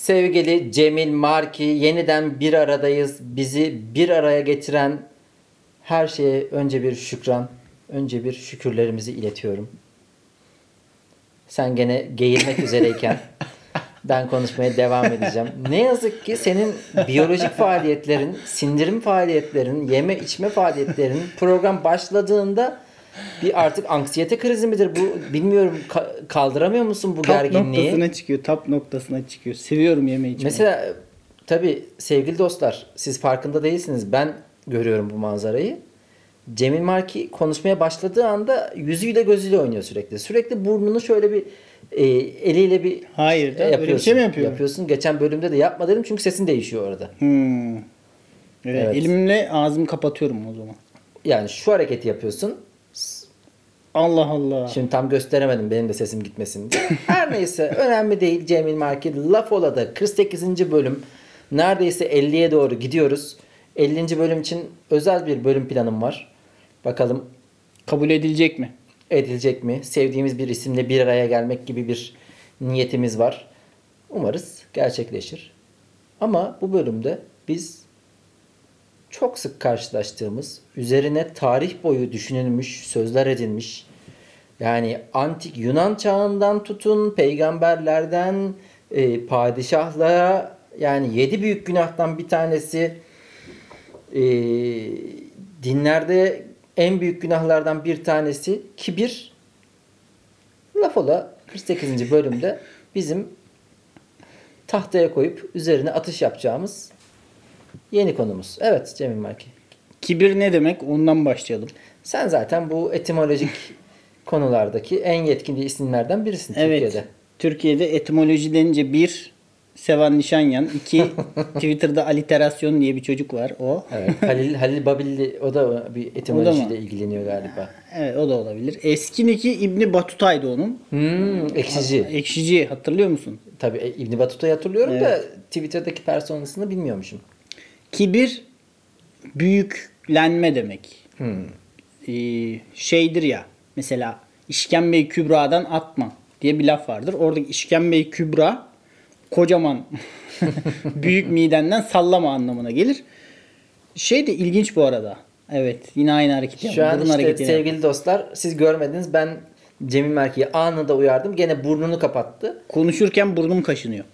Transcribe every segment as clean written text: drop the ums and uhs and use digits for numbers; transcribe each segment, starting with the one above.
Sevgili Cemil Marki, yeniden bir aradayız. Bizi bir araya getiren her şeye önce bir şükran, önce bir şükürlerimizi iletiyorum. Sen gene geğirmek üzereyken ben konuşmaya devam edeceğim. Ne yazık ki senin biyolojik faaliyetlerin, sindirim faaliyetlerin, yeme içme faaliyetlerin program başladığında bir artık anksiyete krizi midir bu, bilmiyorum, kaldıramıyor musun bu gerginliği? Tap noktasına çıkıyor. Seviyorum yemeği içmeyi. Mesela tabii sevgili dostlar, siz farkında değilsiniz. Ben görüyorum bu manzarayı. Cemil Marki konuşmaya başladığı anda yüzüyle gözüyle oynuyor sürekli. Sürekli burnunu şöyle bir eliyle bir Hayır da öyle bir şey mi yapıyorum? Yapıyorsun. Geçen bölümde de yapma dedim çünkü sesin değişiyor orada. Evet. Elimle ağzımı kapatıyorum o zaman. Yani şu hareketi yapıyorsun. Allah Allah. Şimdi tam gösteremedim benim de sesim gitmesin diye. Her neyse, önemli değil. Cemil Marki Laf Ola'da 48. bölüm, neredeyse 50'ye doğru gidiyoruz. 50. bölüm için özel bir bölüm planım var. Bakalım Kabul edilecek mi? edilecek mi? Sevdiğimiz bir isimle bir araya gelmek gibi bir niyetimiz var. Umarız gerçekleşir. Ama bu bölümde biz çok sık karşılaştığımız, üzerine tarih boyu düşünülmüş, sözler edilmiş, yani antik Yunan çağından tutun, peygamberlerden padişahlara, yani 7 büyük günahtan bir tanesi, dinlerde en büyük günahlardan bir tanesi kibir. Laf ola 48. bölümde bizim tahtaya koyup üzerine atış yapacağımız yeni konumuz. Evet Cemil Marki. Kibir ne demek? Ondan başlayalım. Sen zaten bu etimolojik konulardaki en yetkin isimlerden birisin Türkiye'de. Türkiye'de etimoloji denince bir Sevan Nişanyan, iki Twitter'da aliterasyon diye bir çocuk var o. Evet. Halil Babilli, o da bir etimolojiyle ilgileniyor galiba. Evet, o da olabilir. Eskindeki İbni Batuta'ydı onun. Ekşici. Ekşici hatırlıyor musun? Tabii İbn Battuta'yı hatırlıyorum da Twitter'daki personasını bilmiyormuşum. Kibir büyüklenme demek. Şeydir ya, mesela İşkembe-i Kübra'dan atma diye bir laf vardır. Oradaki İşkembe-i Kübra kocaman büyük midenden sallama anlamına gelir. Şey de ilginç bu arada. Evet, yine aynı hareketi yaptım. Şu an Burun işte hareketini sevgili yaptım. dostlar, siz görmediniz, ben Cemil Merki'yi anında uyardım. Gene burnunu kapattı. Konuşurken burnum kaşınıyor.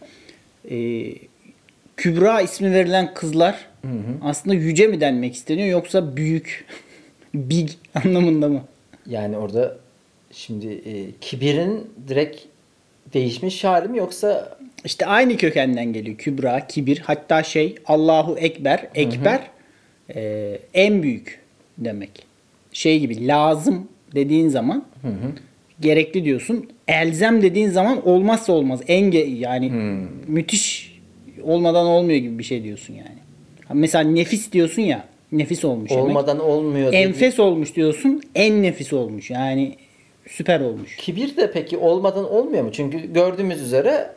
Kübra ismi verilen kızlar aslında yüce mi denmek isteniyor yoksa büyük, big anlamında mı? Yani orada şimdi kibirin direkt değişmiş hali mi, yoksa İşte aynı kökenden geliyor. Kübra, kibir. Hatta Allahu Ekber, Ekber en büyük demek. Şey gibi, lazım dediğin zaman gerekli diyorsun. Elzem dediğin zaman olmazsa olmaz. Yani müthiş olmadan olmuyor gibi bir şey diyorsun yani. Mesela nefis diyorsun ya. Nefis olmuş demek. olmadan olmuyor. Enfes olmuş diyorsun. En nefis olmuş. Yani süper olmuş. Kibir de peki olmadan olmuyor mu? Çünkü gördüğümüz üzere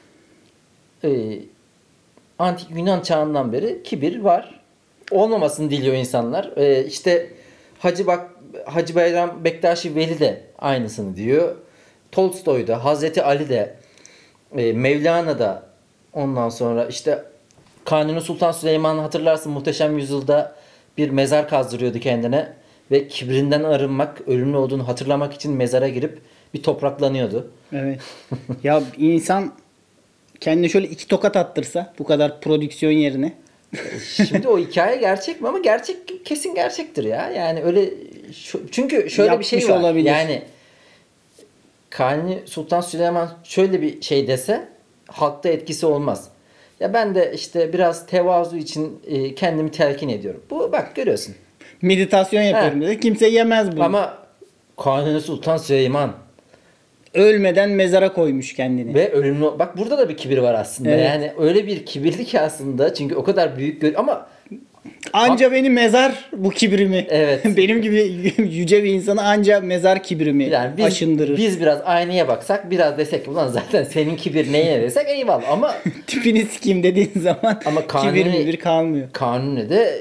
antik Yunan çağından beri kibir var. Olmamasını diliyor insanlar. İşte Hacı Bayram Bektaşi Veli de aynısını diyor. Tolstoy da, Hazreti Ali de, Mevlana da, ondan sonra işte Kanuni Sultan Süleyman, hatırlarsın, Muhteşem Yüzyıl'da bir mezar kazdırıyordu kendine ve kibrinden arınmak, ölümlü olduğunu hatırlamak için mezara girip bir topraklanıyordu. Evet. Ya insan kendine şöyle 2 tokat attırsa bu kadar prodüksiyon yerine. Şimdi o hikaye gerçek mi? Ama kesin gerçektir ya. Yani öyle, çünkü şöyle bir şey Yapmış var. olabilir. Yani Kanuni Sultan Süleyman şöyle bir şey dese halkta etkisi olmaz. Ya ben de işte biraz tevazu için kendimi telkin ediyorum. Bu bak, görüyorsun. Meditasyon yapıyorum dedi. Kimse yemez bunu. Ama Kanuni Sultan Süleyman Ölmeden mezara koymuş kendini. ve ölümlü, bak burada da bir kibir var aslında. Evet. Yani öyle bir kibirli ki aslında, çünkü o kadar büyük ama Anca beni mezar bu kibrimi. Evet. Benim gibi yüce bir insanı anca mezar kibrimi yani aşındırır. biz biraz aynaya baksak, biraz desek ki ulan zaten senin kibir neyine desek eyvallah, ama Tipini sikeyim dediğin zaman ama kibir mibir kalmıyor. Kanuni de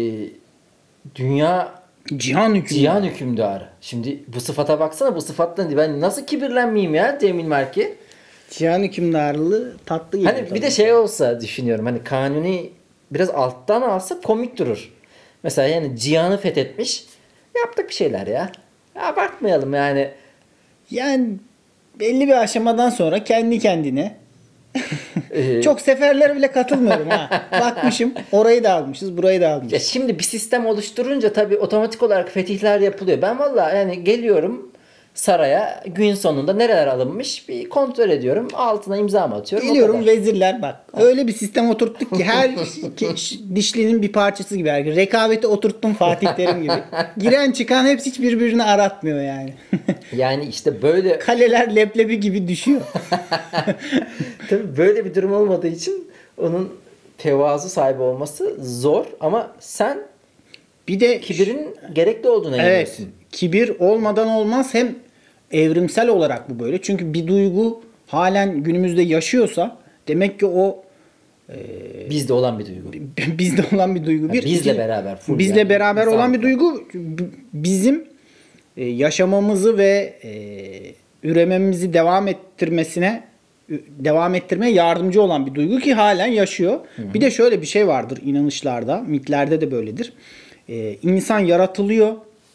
dünya Cihan hükümdarı. Şimdi bu sıfata baksana, bu sıfatla ben nasıl kibirlenmeyeyim ya Cemil Marki? Cihan hükümdarlığı tatlı geliyor. Hani bir tabii. de şey olsa düşünüyorum. Hani Kanuni biraz alttan alsa komik durur. Mesela yani Cihan'ı fethetmiş. Yaptık bir şeyler ya. Abartmayalım yani. Yani belli bir aşamadan sonra kendi kendine Ee, çok seferlere bile katılmıyorum ha. Bakmışım orayı da almışız, burayı da Ya almışız. şimdi bir sistem oluşturunca tabii otomatik olarak fetihler yapılıyor. Ben vallahi yani geliyorum saraya, gün sonunda nereler alınmış bir kontrol ediyorum. Altına imzamı atıyorum. o Geliyorum kadar. vezirler bak. Öyle bir sistem oturttuk ki her dişlinin bir parçası gibi. Rekabeti oturttum Fatih Terim gibi. Giren çıkan hepsi hiç birbirini aratmıyor yani. Yani işte böyle Kaleler leblebi gibi düşüyor. tabii böyle bir durum olmadığı için onun tevazu sahibi olması zor ama sen Bir de kibirin gerekli olduğuna evet, inanıyorsun. kibir olmadan olmaz. Hem evrimsel olarak bu böyle. Çünkü bir duygu halen günümüzde yaşıyorsa demek ki o Bizde olan bir duygu. bizde olan bir duygu. Bir, bizle iki, beraber, full bizle yani, beraber olan bir insanlıkla. duygu bizim yaşamamızı ve ürememizi devam ettirmeye yardımcı olan bir duygu ki halen yaşıyor. Bir de şöyle bir şey vardır inanışlarda, mitlerde de böyledir. İnsan yaratılıyor.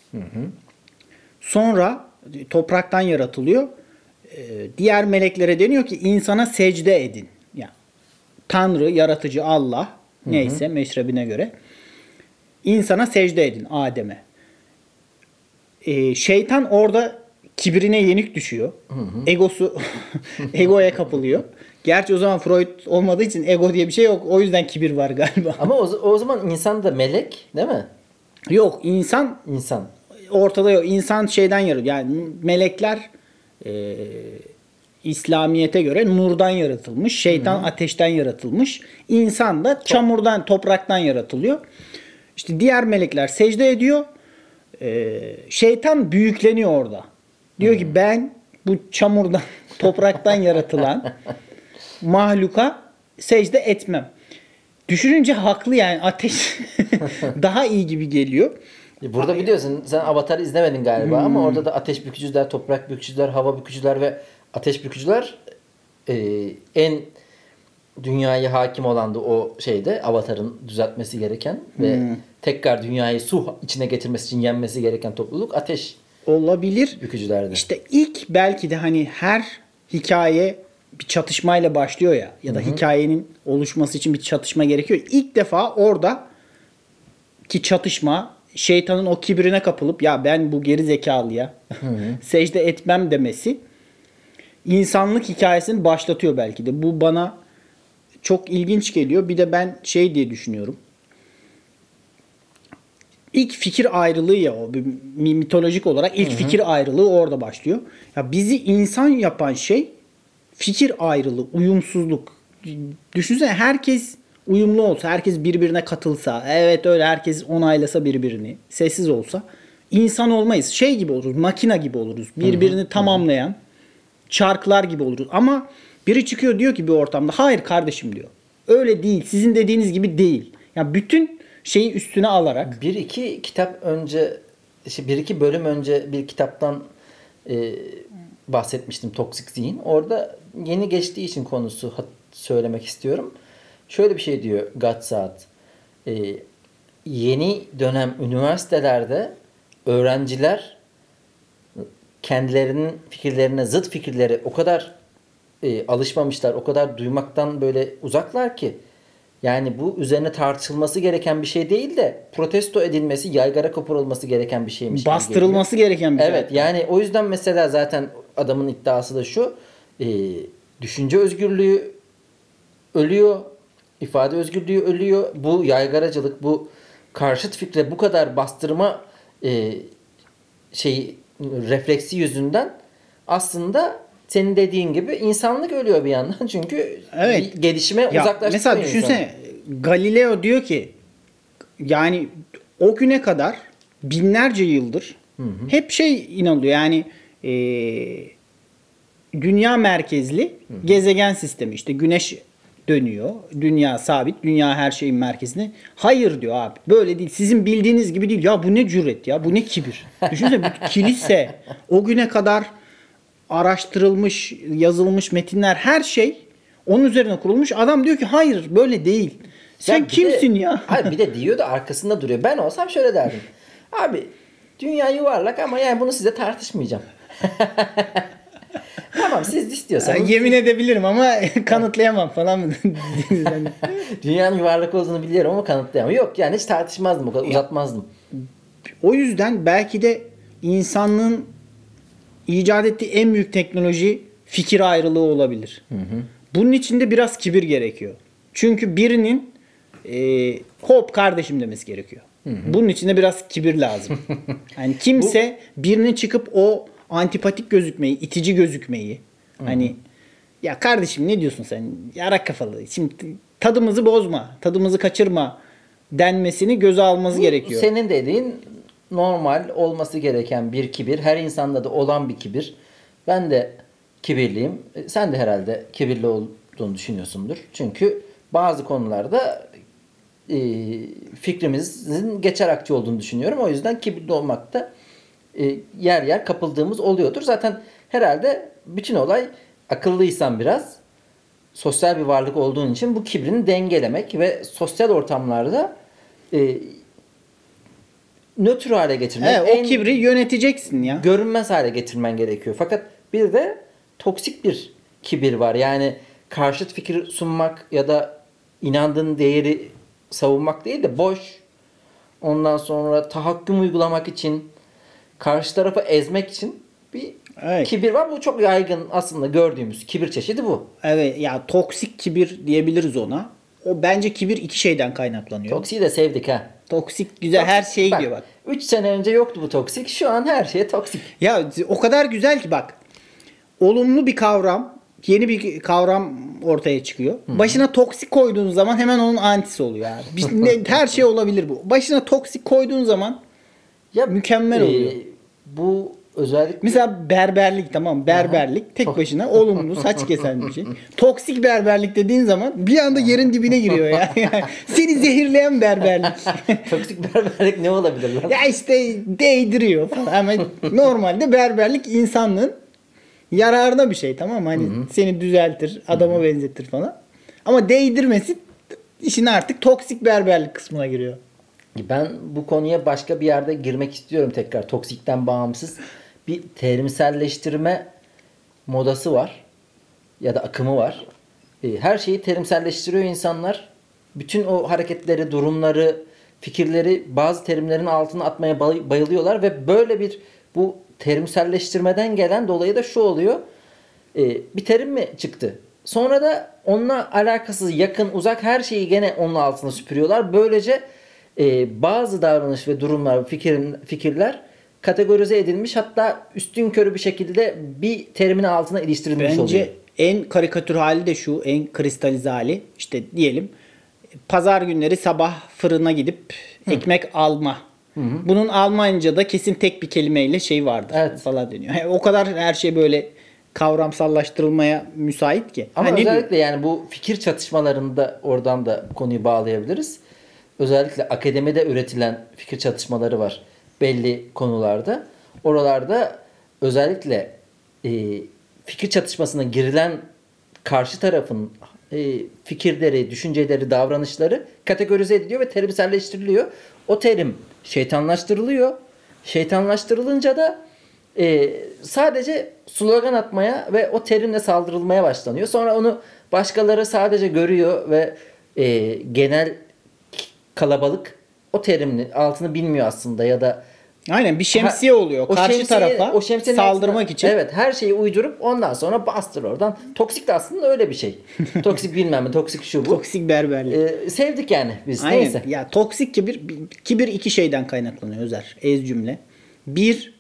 Sonra topraktan yaratılıyor. Diğer meleklere deniyor ki insana secde edin. Yani Tanrı, yaratıcı Allah neyse meşrebine göre insana secde edin Adem'e. Şeytan orada kibrine yenik düşüyor. Egosu egoya kapılıyor. Gerçi o zaman Freud olmadığı için ego diye bir şey yok. O yüzden kibir var galiba. Ama o zaman insan da melek değil mi? Yok, insan İnsan. ortada yok. İnsan şeyden yaratıyor. Yani melekler İslamiyet'e göre nurdan yaratılmış. Şeytan ateşten yaratılmış. İnsan da çamurdan, topraktan yaratılıyor. İşte diğer melekler secde ediyor. Şeytan büyükleniyor orada. Diyor ki ben bu çamurdan, topraktan yaratılan mahluka secde etmem. Düşününce haklı yani, ateş daha iyi gibi geliyor. Burada biliyorsun sen Avatar'ı izlemedin galiba ama orada da ateş bükücüler, toprak bükücüler, hava bükücüler ve ateş bükücüler en dünyaya hakim olan da o şeyde Avatar'ın düzeltmesi gereken ve tekrar dünyayı su içine getirmesi için yenmesi gereken topluluk ateş Olabilir. bükücülerdi. İşte ilk belki de hani her hikaye bir çatışmayla başlıyor ya da hikayenin oluşması için bir çatışma gerekiyor. İlk defa orada ki çatışma şeytanın o kibrine kapılıp ya ben bu geri zekalıya secde etmem demesi insanlık hikayesini başlatıyor belki de. Bu bana çok ilginç geliyor. Bir de ben şey diye düşünüyorum. İlk fikir ayrılığı ya o mitolojik olarak ilk fikir ayrılığı orada başlıyor. Ya bizi insan yapan şey fikir ayrılığı, uyumsuzluk. Düşünsene herkes uyumlu olsa, herkes birbirine katılsa, evet öyle herkes onaylasa birbirini, sessiz olsa insan olmayız. Şey gibi oluruz, makina gibi oluruz. Birbirini tamamlayan çarklar gibi oluruz. Ama biri çıkıyor diyor ki bir ortamda hayır kardeşim diyor. Öyle değil. Sizin dediğiniz gibi değil. Ya bütün şeyi üstüne alarak Bir iki kitap önce işte bir iki bölüm önce bir kitaptan bahsetmiştim, Toksik Zihin. Orada yeni geçtiği için konusu söylemek istiyorum. Şöyle bir şey diyor Gatsaat. Yeni dönem üniversitelerde öğrenciler kendilerinin fikirlerine zıt fikirleri o kadar alışmamışlar, o kadar duymaktan böyle uzaklar ki yani bu üzerine tartışılması gereken bir şey değil de protesto edilmesi, yaygara kopurulması gereken bir şeymiş gibi bastırılması gereken bir şey. Evet, yani o yüzden mesela zaten adamın iddiası da şu, düşünce özgürlüğü ölüyor, ifade özgürlüğü ölüyor. Bu yaygaracılık, bu karşıt fikre bu kadar bastırma refleksi yüzünden aslında senin dediğin gibi insanlık ölüyor bir yandan. Çünkü Evet. bir gelişime Ya uzaklaştırıyor mesela insanı. düşünsene Galileo diyor ki yani o güne kadar binlerce yıldır hep şey inanılıyor. Yani dünya merkezli gezegen sistemi, işte güneş dönüyor. Dünya sabit. Dünya her şeyin merkezinde. Hayır diyor abi. Böyle değil. Sizin bildiğiniz gibi değil. Ya bu ne cüret ya. Bu ne kibir. Düşünsene bir kilise o güne kadar araştırılmış, yazılmış metinler, her şey onun üzerine kurulmuş. Adam diyor ki hayır böyle değil. Sen Ya bir kimsin de, ya? Hayır bir de diyor da arkasında duruyor. Ben olsam şöyle derdim. Abi dünya yuvarlak ama yani bunu size tartışmayacağım. Tamam siz istiyorsanız. Yemin edebilirim ama kanıtlayamam falan mı? Dünyanın yuvarlak olduğunu biliyorum ama kanıtlayamam. Yok yani hiç tartışmazdım o kadar uzatmazdım. O yüzden belki de insanlığın icat ettiği en büyük teknoloji fikir ayrılığı olabilir. Bunun için de biraz kibir gerekiyor. Çünkü birinin hop kardeşim demesi gerekiyor. Bunun için de biraz kibir lazım. Yani kimse birinin çıkıp o antipatik gözükmeyi, itici gözükmeyi hani ya kardeşim ne diyorsun sen? Yarak kafalı. Şimdi tadımızı bozma, tadımızı kaçırma denmesini göze alması gerekiyor. Senin dediğin normal olması gereken bir kibir. Her insanda da olan bir kibir. Ben de kibirliyim. Sen de herhalde kibirli olduğunu düşünüyorsundur. Çünkü bazı konularda fikrimizin geçer akçe olduğunu düşünüyorum. O yüzden kibirli olmakta yer yer kapıldığımız oluyordur. Zaten herhalde bütün olay akıllıysan biraz sosyal bir varlık olduğun için bu kibrini dengelemek ve sosyal ortamlarda nötr hale getirmek. O kibri yöneteceksin ya. Görünmez hale getirmen gerekiyor. Fakat bir de toksik bir kibir var. Yani karşıt fikir sunmak ya da inandığın değeri savunmak değil de boş. Ondan sonra tahakküm uygulamak için, karşı tarafı ezmek için bir kibir var. Bu çok yaygın aslında gördüğümüz kibir çeşidi bu. Evet ya toksik kibir diyebiliriz ona. O bence kibir iki şeyden kaynaklanıyor. Toksiği de sevdik ha. Toksik güzel Toksik, her şeye gidiyor bak. 3 sene önce yoktu bu toksik. Şu an her şeye toksik. Ya o kadar güzel ki bak. Olumlu bir kavram, yeni bir kavram ortaya çıkıyor. Başına toksik koyduğun zaman hemen onun antisi oluyor abi. Her şey olabilir bu. Başına toksik koyduğun zaman Ya mükemmel oluyor. Bu özellikle mesela berberlik, tamam, berberlik tek başına olumlu saç kesen bir şey. Toksik berberlik dediğin zaman bir anda yerin dibine giriyor ya. Yani seni zehirleyen berberlik. toksik berberlik ne olabilir lan? Ya işte değdiriyor falan. Ama normalde berberlik insanlığın yararına bir şey, tamam mı? Hani seni düzeltir, adama benzetir falan. Ama değdirmesi işin artık toksik berberlik kısmına giriyor. Ben bu konuya başka bir yerde girmek istiyorum tekrar. Toksikten bağımsız bir terimselleştirme modası var. Ya da akımı var. Her şeyi terimselleştiriyor insanlar. Bütün o hareketleri, durumları, fikirleri bazı terimlerin altına atmaya bayılıyorlar ve böyle bir bu terimselleştirmeden gelen dolayı da şu oluyor. Bir terim mi çıktı? Sonra da onunla alakasız, yakın, uzak her şeyi gene onun altına süpürüyorlar. Böylece bazı davranış ve durumlar, fikirler kategorize edilmiş, hatta üstünkörü bir şekilde bir terimin altına iliştirilmiş oluyor. Bence en karikatür hali de şu, en kristalize hali. İşte diyelim pazar günleri sabah fırına gidip ekmek alma. Bunun Almanca'da kesin tek bir kelimeyle şey vardır falan deniyor. O kadar her şey böyle kavramsallaştırılmaya müsait ki. Ama özellikle yani bu fikir çatışmalarında oradan da konuyu bağlayabiliriz. Özellikle akademide üretilen fikir çatışmaları var belli konularda. Oralarda özellikle fikir çatışmasına girilen karşı tarafın fikirleri, düşünceleri, davranışları kategorize ediliyor ve terimselleştiriliyor. O terim şeytanlaştırılıyor. Şeytanlaştırılınca da sadece slogan atmaya ve o terimle saldırılmaya başlanıyor. Sonra onu başkaları sadece görüyor ve genel kalabalık o terimin altını bilmiyor aslında ya da aynen bir şemsiye oluyor. Karşı tarafa saldırmak altına, için. Evet, her şeyi uydurup ondan sonra bastır oradan. Toksik de aslında öyle bir şey. Toksik bilmem ne, toksik şu bu. Toksik berberlik. Sevdik yani biz. Aynen. Neyse. Ya toksik kibir iki şeyden kaynaklanıyor Özer. Ez cümle. Bir,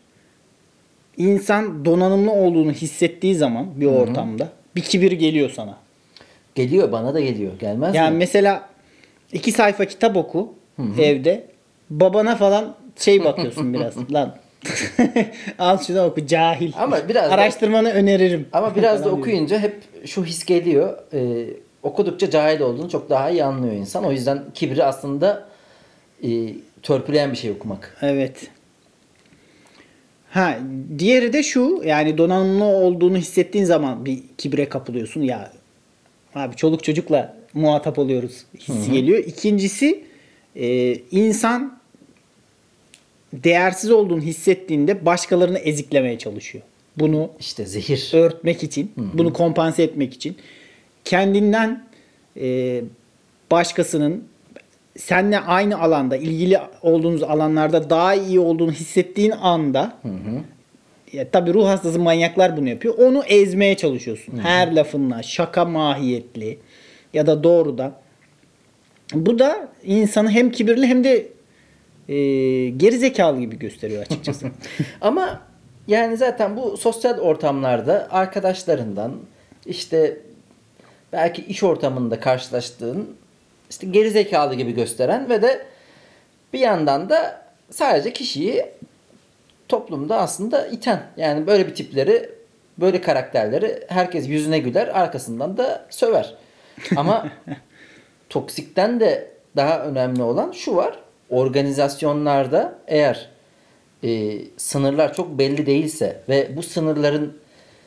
insan donanımlı olduğunu hissettiği zaman bir ortamda bir kibir geliyor sana. Geliyor, bana da geliyor. Gelmez Yani mi? mesela 2 sayfa kitap oku evde. Babana falan bakıyorsun biraz. Lan al şunu oku cahil. Ama biraz araştırmanı öneririm. Ama biraz da okuyunca hep şu his geliyor. Okudukça cahil olduğunu çok daha iyi anlıyor insan. O yüzden kibri aslında törpüleyen bir şey okumak. Evet. Ha, diğeri de şu, yani donanımlı olduğunu hissettiğin zaman bir kibre kapılıyorsun. Ya abi çoluk çocukla muhatap oluyoruz hissi geliyor. İkincisi insan değersiz olduğunu hissettiğinde başkalarını eziklemeye çalışıyor. Bunu İşte zehir. örtmek için, bunu kompanse etmek için kendinden başkasının seninle aynı alanda, ilgili olduğunuz alanlarda daha iyi olduğunu hissettiğin anda ya tabii ruh hastası manyaklar bunu yapıyor. Onu ezmeye çalışıyorsun. Her lafınla, şaka mahiyetli ya da doğrudan. Bu da insanı hem kibirli hem de geri zekalı gibi gösteriyor açıkçası. Ama yani zaten bu sosyal ortamlarda arkadaşlarından, işte belki iş ortamında karşılaştığın işte gerizekalı gibi gösteren ve de bir yandan da sadece kişiyi toplumda aslında iten, yani böyle bir tipleri, böyle karakterleri herkes yüzüne güler, arkasından da söver. Ama toksikten de daha önemli olan şu var: organizasyonlarda eğer sınırlar çok belli değilse ve bu sınırların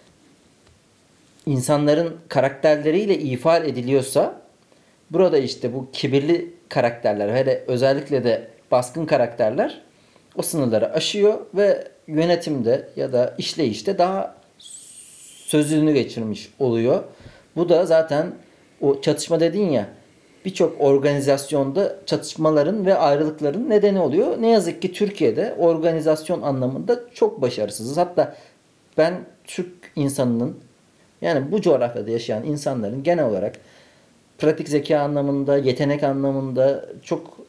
insanların karakterleriyle ifade ediliyorsa, burada işte bu kibirli karakterler ve özellikle de baskın karakterler o sınırları aşıyor ve yönetimde ya da işleyişte daha sözünü geçirmiş oluyor. Bu da zaten o çatışma dedin ya, birçok organizasyonda çatışmaların ve ayrılıkların nedeni oluyor. Ne yazık ki Türkiye'de organizasyon anlamında çok başarısızız. Hatta ben Türk insanının, yani bu coğrafyada yaşayan insanların genel olarak pratik zeka anlamında, yetenek anlamında çok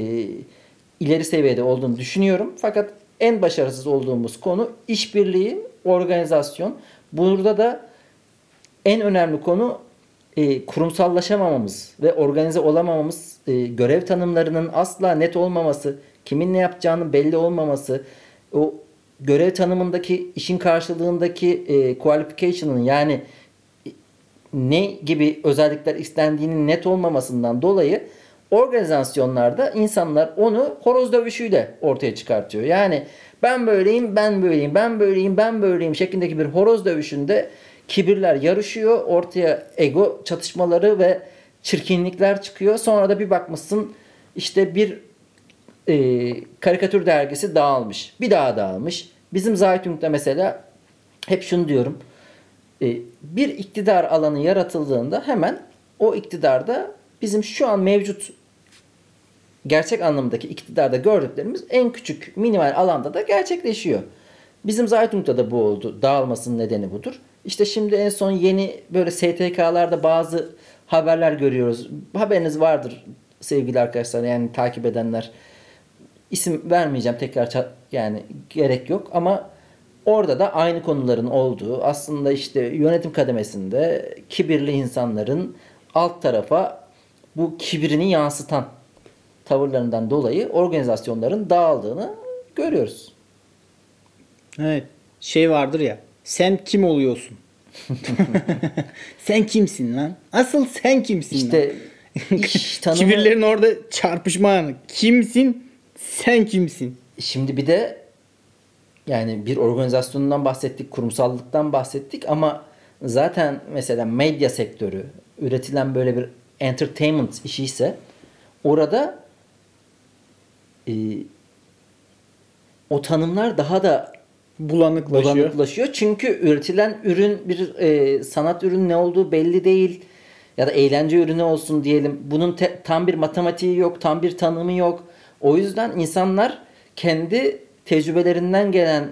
ileri seviyede olduğunu düşünüyorum. Fakat en başarısız olduğumuz konu işbirliği, organizasyon. Burada da en önemli konu kurumsallaşamamamız ve organize olamamamız, görev tanımlarının asla net olmaması, kimin ne yapacağının belli olmaması, o görev tanımındaki işin karşılığındaki qualification'ın, yani ne gibi özellikler istendiğinin net olmamasından dolayı organizasyonlarda insanlar onu horoz dövüşüyle ortaya çıkartıyor. Yani ben böyleyim, ben böyleyim, ben böyleyim, ben böyleyim şeklindeki bir horoz dövüşünde kibirler yarışıyor. Ortaya ego çatışmaları ve çirkinlikler çıkıyor. Sonra da bir bakmışsın işte bir karikatür dergisi dağılmış. Bir daha dağılmış. Bizim Zeitung'da mesela hep şunu diyorum: bir iktidar alanı yaratıldığında hemen o iktidarda bizim şu an mevcut gerçek anlamdaki iktidarda gördüklerimiz en küçük minimal alanda da gerçekleşiyor. Bizim Zeitung'da da bu oldu. Dağılmasının nedeni budur. İşte şimdi en son yeni böyle STK'larda bazı haberler görüyoruz. Haberiniz vardır sevgili arkadaşlar, yani takip edenler. İsim vermeyeceğim tekrar, yani gerek yok, ama orada da aynı konuların olduğu, aslında işte yönetim kademesinde kibirli insanların alt tarafa bu kibrini yansıtan tavırlarından dolayı organizasyonların dağıldığını görüyoruz. Evet. Şey vardır ya. Sen kim oluyorsun? Sen kimsin lan? Asıl sen kimsin İşte lan? iş tanımı... Kibirlerin orada çarpışma anı. Kimsin? Sen kimsin? Şimdi bir de yani bir organizasyonundan bahsettik, kurumsallıktan bahsettik, ama zaten mesela medya sektörü, üretilen böyle bir entertainment işi ise orada o tanımlar daha da bulanıklaşıyor. Çünkü üretilen ürün bir sanat ürünü ne olduğu belli değil. Ya da eğlence ürünü olsun diyelim. Bunun tam bir matematiği yok, tam bir tanımı yok. O yüzden insanlar kendi tecrübelerinden gelen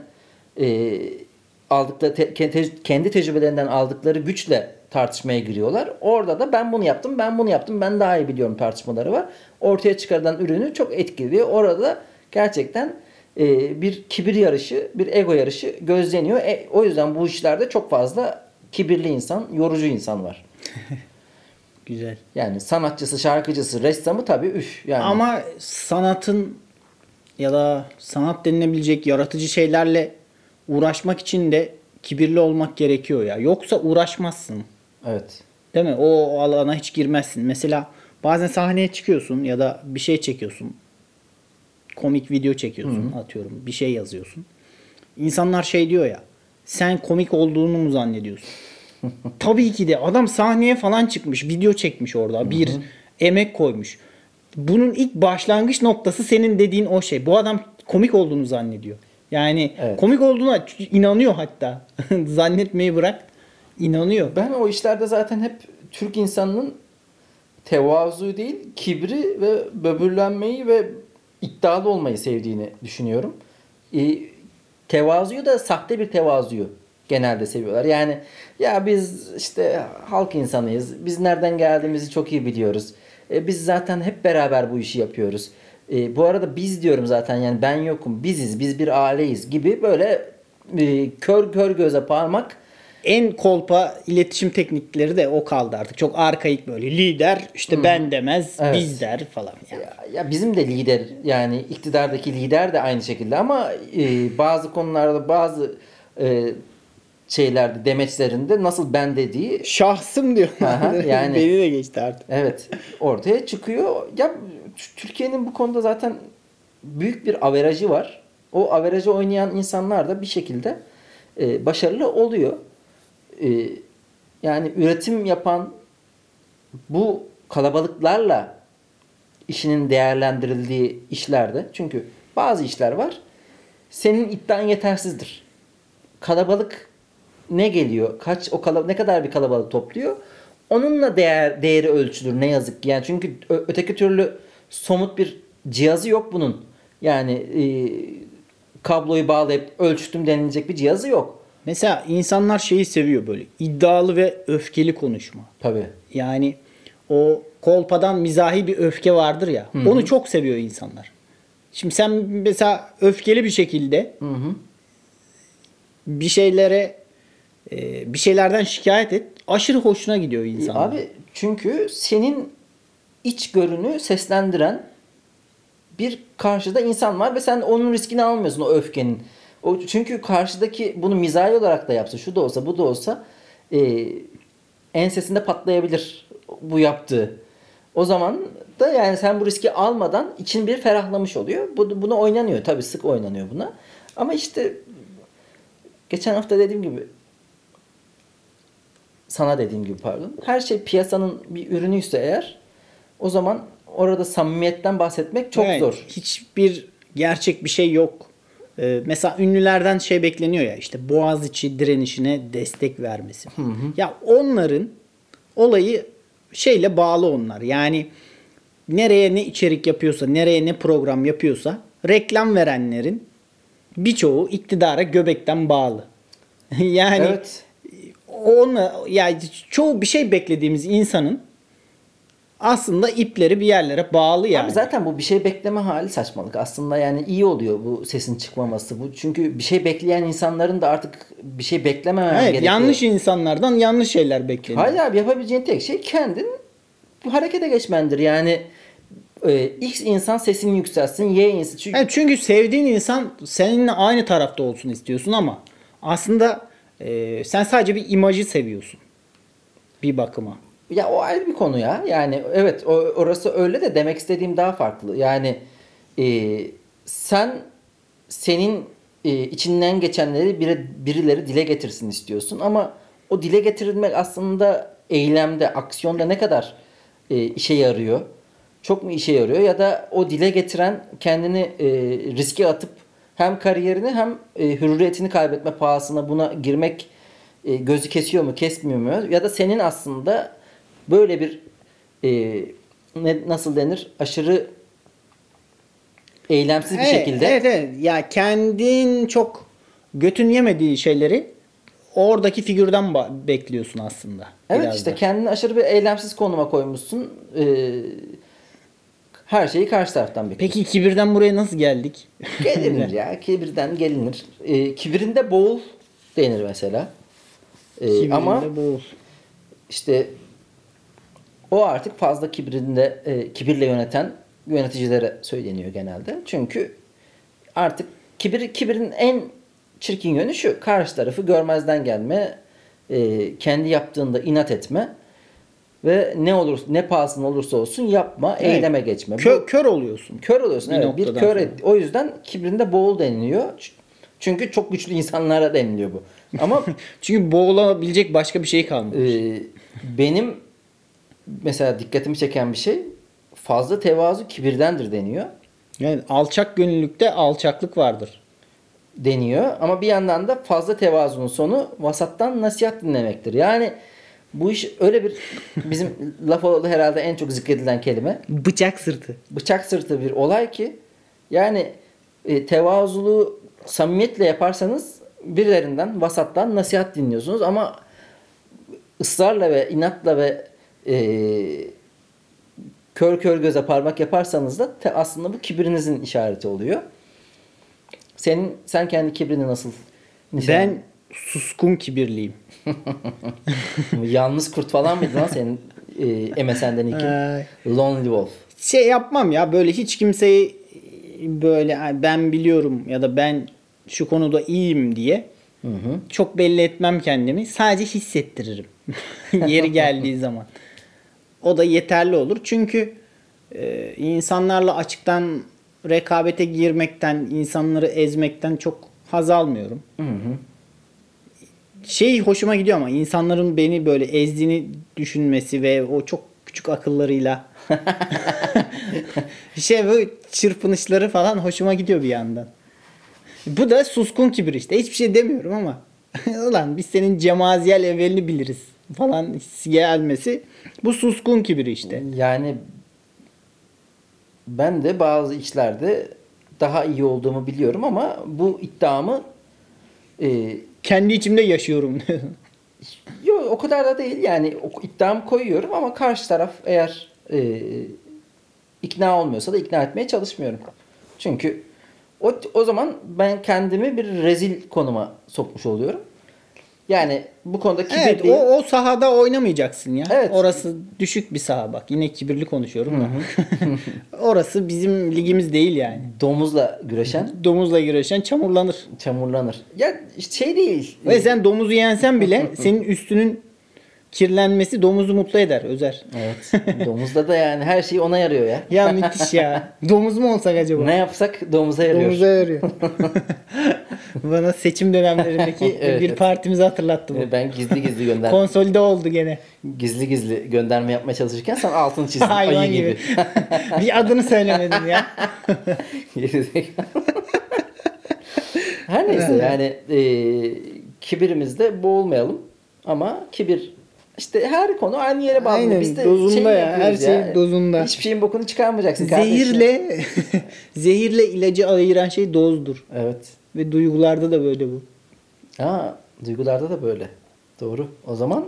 kendi tecrübelerinden aldıkları güçle tartışmaya giriyorlar. Orada da ben bunu yaptım, ben bunu yaptım, ben daha iyi biliyorum tartışmaları var. Ortaya çıkarılan ürünü çok etkiliyor. Orada gerçekten bir kibir yarışı, bir ego yarışı gözleniyor. O yüzden bu işlerde çok fazla kibirli insan, yorucu insan var. Güzel. Yani sanatçısı, şarkıcısı, ressamı tabii üf. Yani. Ama sanatın ya da sanat denilebilecek yaratıcı şeylerle uğraşmak için de kibirli olmak gerekiyor ya. Yoksa uğraşmazsın. Evet. Değil mi? O alana hiç girmezsin. Mesela bazen sahneye çıkıyorsun ya da bir şey çekiyorsun. Komik video çekiyorsun, atıyorum. Bir şey yazıyorsun. İnsanlar şey diyor ya. Sen komik olduğunu mu zannediyorsun? Tabii ki de adam sahneye falan çıkmış, video çekmiş orada. Bir emek koymuş. Bunun ilk başlangıç noktası senin dediğin o şey. Bu adam komik olduğunu zannediyor. Yani Evet. komik olduğuna inanıyor hatta. Zannetmeyi bırak. İnanıyor. Ben o işlerde zaten hep Türk insanının tevazu değil, kibri ve böbürlenmeyi ve iddialı olmayı sevdiğini düşünüyorum. Tevazuyu da sahte bir tevazuyu genelde seviyorlar. Yani ya biz işte halk insanıyız. Biz nereden geldiğimizi çok iyi biliyoruz. Biz zaten hep beraber bu işi yapıyoruz. Bu arada biz diyorum zaten, yani ben yokum. Biziz, biz bir aileyiz gibi böyle kör göze parmak. En kolpa iletişim teknikleri de o kaldı artık. Çok arkaik böyle. Lider işte ben demez, Evet. biz der falan. Yani. Ya bizim de lider, yani iktidardaki lider de aynı şekilde, ama bazı konularda, bazı şeylerde, demeçlerinde nasıl ben dediği, Şahsım diyor. Aha, yani. Beni de geçti artık. evet, ortaya çıkıyor. Ya Türkiye'nin bu konuda zaten büyük bir averajı var. O averajı oynayan insanlar da bir şekilde başarılı oluyor. Yani üretim yapan bu kalabalıklarla işinin değerlendirildiği işlerde, çünkü bazı işler var, senin iddian yetersizdir. Kalabalık ne geliyor? Ne kadar bir kalabalık topluyor? Onunla değeri ölçülür ne yazık ki. Yani çünkü öteki türlü somut bir cihazı yok bunun. Yani kabloyu bağlayıp ölçtüm denilecek bir cihazı yok. Mesela insanlar şeyi seviyor böyle. İddialı ve öfkeli konuşma. Tabii. Yani o kolpadan mizahi bir öfke vardır ya. Onu çok seviyor insanlar. Şimdi sen mesela öfkeli bir şekilde bir şeylerden şikayet et. Aşırı hoşuna gidiyor insanlar. Abi çünkü senin içgörünü seslendiren bir karşıda insan var ve sen onun riskini almıyorsun, o öfkenin. Çünkü karşıdaki bunu mizahi olarak da yapsa, şu da olsa, bu da olsa ensesinde patlayabilir bu yaptığı. O zaman da yani sen bu riski almadan için bir ferahlamış oluyor. Buna oynanıyor. Tabii sık oynanıyor buna. Ama işte geçen hafta dediğim gibi, sana dediğim gibi pardon. Her şey piyasanın bir ürünüyse eğer, o zaman orada samimiyetten bahsetmek çok Evet, zor. hiçbir gerçek bir şey yok. Mesela ünlülerden şey bekleniyor ya, işte Boğaziçi direnişine destek vermesi. Ya onların olayı şeyle bağlı onlar. Yani nereye ne içerik yapıyorsa, nereye ne program yapıyorsa reklam verenlerin birçoğu iktidara göbekten bağlı. Yani Evet. yani çoğu bir şey beklediğimiz insanın aslında ipleri bir yerlere bağlı yani. Abi zaten bu bir şey bekleme hali saçmalık. Aslında yani iyi oluyor bu sesin çıkmaması. Bu çünkü bir şey bekleyen insanların da artık bir şey beklememem Evet, gerekiyor. yanlış insanlardan yanlış şeyler bekleniyor. Hayır abi, yapabileceğin tek şey kendin bu harekete geçmendir. Yani X insan sesini yükselsin, Y insan. Çünkü sevdiğin insan seninle aynı tarafta olsun istiyorsun ama aslında sen sadece bir imajı seviyorsun. Bir bakıma. Ya o ayrı bir konu ya. Yani evet, orası öyle de demek istediğim daha farklı. Yani senin içinden geçenleri birileri dile getirsin istiyorsun, ama o dile getirilmek aslında eylemde, aksiyonda ne kadar işe yarıyor? Çok mu işe yarıyor, ya da o dile getiren kendini riske atıp hem kariyerini hem hürriyetini kaybetme pahasına buna girmek gözü kesiyor mu, kesmiyor mu? Ya da senin aslında böyle bir nasıl denir? Aşırı eylemsiz bir şekilde. Evet. Ya kendin çok götün yemediği şeyleri oradaki figürden bekliyorsun aslında. Evet, biraz işte da. kendini aşırı bir eylemsiz konuma koymuşsun. Her şeyi karşı taraftan bekliyorsun. Peki kibirden buraya nasıl geldik? Gelinir ya. Kibirden gelinir. Kibirinde boğul denir mesela. Kibirinde Ama boğul. işte o artık fazla kibirle yöneten yöneticilere söyleniyor genelde. Çünkü artık kibirin en çirkin yönü şu: karşı tarafı görmezden gelme, kendi yaptığında inat etme ve ne pahasına olursa olsun yapma, Evet. eyleme geçme. Kör oluyorsun. Kör oluyorsun. Bir Evet, bir noktadan kör sonra. O yüzden kibrinde boğul deniliyor. Çünkü çok güçlü insanlara deniliyor bu. Ama Çünkü boğulabilecek başka bir şey kalmamış. benim mesela dikkatimi çeken bir şey, fazla tevazu kibirdendir deniyor. Yani alçak gönüllülükte alçaklık vardır. Deniyor. Ama bir yandan da fazla tevazunun sonu vasattan nasihat dinlemektir. Yani bu iş öyle bir, bizim laf olalı herhalde en çok zikredilen kelime, Bıçak sırtı. bıçak sırtı bir olay ki, yani tevazulu samimiyetle yaparsanız birilerinden, vasattan nasihat dinliyorsunuz, ama ısrarla ve inatla ve kör kör göze parmak yaparsanız da aslında bu kibirinizin işareti oluyor. Sen kendi kibrini nasıl nişanladın? Ben suskun kibirliyim. Yalnız kurt falan mıydı lan senin MSN'den ilkin? Lonely Wolf. Şey yapmam ya, böyle hiç kimseyi böyle ben biliyorum ya da ben şu konuda iyiyim diye çok belli etmem kendimi. Sadece hissettiririm. Yeri geldiği zaman. O da yeterli olur. Çünkü insanlarla açıktan rekabete girmekten, insanları ezmekten çok haz almıyorum. Şey hoşuma gidiyor ama insanların beni böyle ezdiğini düşünmesi ve o çok küçük akıllarıyla bu çırpınışları falan hoşuma gidiyor bir yandan. Bu da suskun kibir işte. Hiçbir şey demiyorum ama ulan biz senin cemaziyel evvelini biliriz falan hissi gelmesi, bu suskun kibir işte. Yani ben de bazı işlerde daha iyi olduğumu biliyorum, ama bu iddiamı Kendi içimde yaşıyorum. yok, o kadar da değil. Yani iddiamı koyuyorum ama karşı taraf eğer ikna olmuyorsa da ikna etmeye çalışmıyorum. Çünkü o zaman ben kendimi bir rezil konuma sokmuş oluyorum. Yani bu konuda Evet, kibirli. o sahada oynamayacaksın ya. Evet. Orası düşük bir saha bak. Yine kibirli konuşuyorum da. Orası bizim ligimiz değil yani. Domuzla güreşen Domuzla güreşen çamurlanır. çamurlanır. Ya işte şey değil. Ve sen domuzu yensen bile senin üstünün kirlenmesi domuzu mutlu eder Özer. Evet. Domuzda da yani her şey ona yarıyor ya. Ya müthiş ya. Domuz mu olsak acaba? Ne yapsak domuza yarıyor. Domuza yarıyor. Bana seçim dönemlerindeki Evet, bir evet. partimizi hatırlattı bu. Ben gizli gizli Konsolide oldu gene. gizli gizli gönderme yapmaya çalışırken sen altını çizdin. Hayvan Ayı gibi. gibi. Bir adını söylemedin ya. Gerizekalı. Her neyse yani kibirimizde boğulmayalım. Ama kibir, işte her konu aynı yere bağlı. Aynen, Biz de dozunda ya, yapıyoruz her şey dozunda. Hiçbir şeyin bokunu çıkarmayacaksın kardeşim. Zehirle ilacı ayıran şey dozdur. Evet. Ve duygularda da böyle bu. Duygularda da böyle. Doğru. O zaman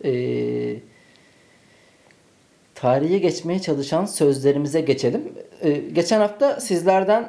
tarihe geçmeye çalışan sözlerimize geçelim. Geçen hafta sizlerden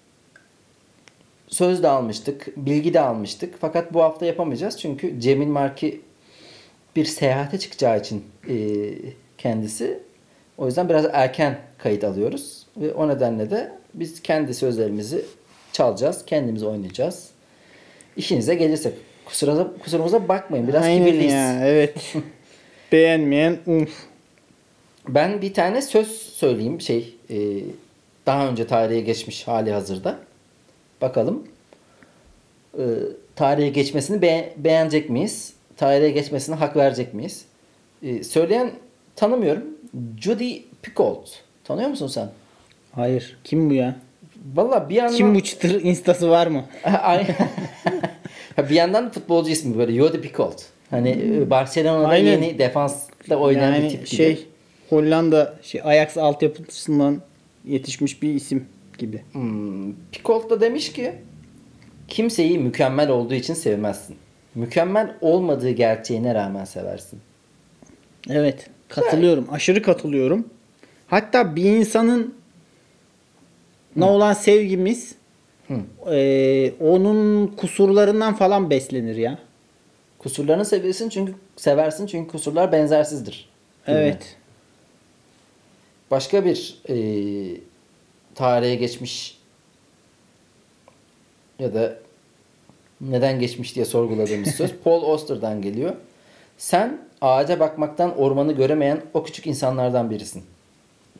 söz de almıştık, bilgi de almıştık. Fakat bu hafta yapamayacağız. Çünkü Cemil Marki bir seyahate çıkacağı için kendisi. O yüzden biraz erken kayıt alıyoruz. Ve o nedenle de biz kendi sözlerimizi çalacağız. Kendimiz oynayacağız. İşinize gelirse kusurumuza bakmayın. Biraz Aynen kibirliyiz. ya, evet. Beğenmeyen Ben bir tane söz söyleyeyim. Daha önce tarihe geçmiş hali hazırda. Bakalım tarihe geçmesini beğenecek miyiz? Tarihe geçmesine hak verecek miyiz? Söyleyen tanımıyorum. Judy Picoult. Tanıyor musun sen? Hayır. Kim bu ya? Vallahi bir yandan... Kim bu çıtır instası var mı? Bir yandan futbolcu ismi böyle Judy Picoult. Hani Barcelona'da Aynen. yeni defansta oynayan bir tip gibi. Hollanda Ajax altyapısından yetişmiş bir isim gibi. Picoult da demiş ki kimseyi mükemmel olduğu için sevmezsin. Mükemmel olmadığı gerçeğine rağmen seversin. Evet. Katılıyorum. Aşırı katılıyorum. Hatta bir insanın olan sevgimiz onun kusurlarından falan beslenir ya. Kusurlarını seversin çünkü kusurlar benzersizdir. Değil mi? Evet. Başka bir tarihe geçmiş ya da neden geçmiş diye sorguladığımız söz Paul Auster'dan geliyor. Sen ağaca bakmaktan ormanı göremeyen o küçük insanlardan birisin.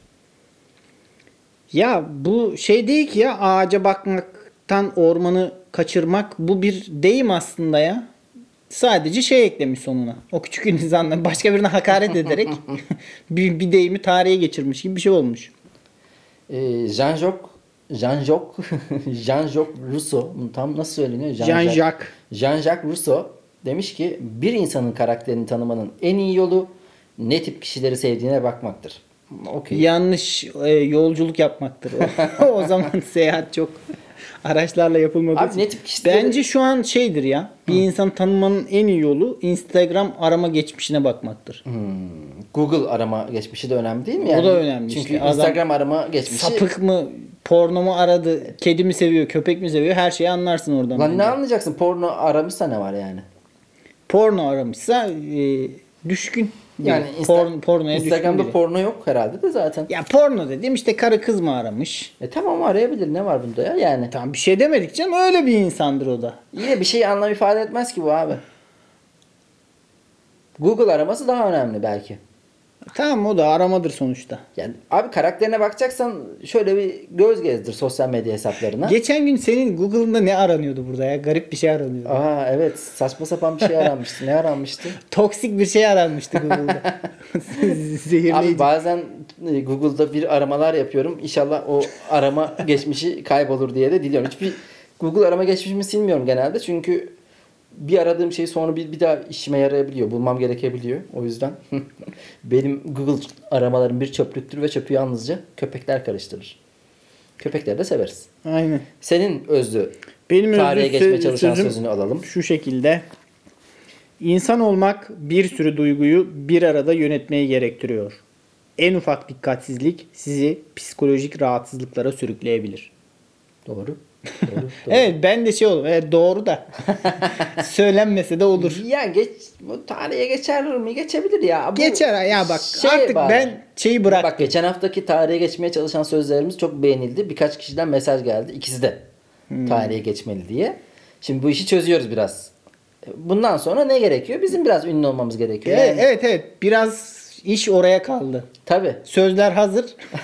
Ya bu şey değil ki ya, ağaca bakmaktan ormanı kaçırmak bu bir deyim aslında ya. Sadece şey eklemiş sonuna. O küçük insanlar başka birine hakaret ederek bir deyimi tarihe geçirmiş gibi bir şey olmuş. Jean-Jacques Jean-Jacques Rousseau, tam nasıl söyleniyor? Jean-Jacques. Jean-Jacques Rousseau demiş ki bir insanın karakterini tanımanın en iyi yolu ne tip kişileri sevdiğine bakmaktır. Okay. Yanlış yolculuk yapmaktır o. O zaman seyahat çok araçlarla yapılmadığı Abi için. ne tip kişileri... Bence şu an şeydir ya. Bir insan tanımanın en iyi yolu Instagram arama geçmişine bakmaktır. Google arama geçmişi de önemli değil mi? Yani? O da önemli Çünkü işte. Adam Instagram arama geçmişi... sapık mı, porno mu aradı, kedi mi seviyor, köpek mi seviyor, her şeyi anlarsın oradan. Lan bence. ne anlayacaksın? Porno aramışsa ne var yani? Porno aramışsa düşkün. Yani pornoya Instagram'da düşkün biri. porno yok herhalde de zaten. Ya porno dediğim işte karı kız mı aramış? Tamam arayabilir. Ne var bunda ya? Yani. Tamam bir şey demedik canım, öyle bir insandır o da. Yine bir şey anlam ifade etmez ki bu abi. Google araması daha önemli belki. Tamam o da aramadır sonuçta. Yani abi karakterine bakacaksan şöyle bir göz gezdir sosyal medya hesaplarına. Geçen gün senin Google'ında ne aranıyordu burada ya? Garip bir şey aranıyordu. Aa evet, saçma sapan bir şey aranmıştı. Ne aranmıştı? Toksik bir şey aranmıştı Google'da. Zehirleyici. Abi bazen Google'da bir aramalar yapıyorum. İnşallah o arama geçmişi kaybolur diye de diliyorum. Hiçbir Google arama geçmişimi silmiyorum genelde. Çünkü bir aradığım şey sonra bir daha işime yarayabiliyor. Bulmam gerekebiliyor. O yüzden benim Google aramalarım bir çöplüktür ve çöpü yalnızca köpekler karıştırır. Köpekleri de severiz. Aynen. Senin özlü Benim tarihe özlü geçmeye çalışan sözüm sözünü alalım. şu şekilde. İnsan olmak bir sürü duyguyu bir arada yönetmeyi gerektiriyor. En ufak dikkatsizlik sizi psikolojik rahatsızlıklara sürükleyebilir. Doğru. Doğru. Evet ben de şey olur. Evet, doğru da. Söylenmese de olur. Ya bu tarihe geçer mi? Geçebilir ya. Bu Geçer ya bak artık bari. ben şeyi bıraktım. Bak geçen haftaki tarihe geçmeye çalışan sözlerimiz çok beğenildi. Birkaç kişiden mesaj geldi. İkisi de tarihe geçmeli diye. Şimdi bu işi çözüyoruz biraz. Bundan sonra ne gerekiyor? Bizim biraz ünlü olmamız gerekiyor. Evet, Yani, evet. Biraz iş oraya kaldı. tabii. Sözler hazır.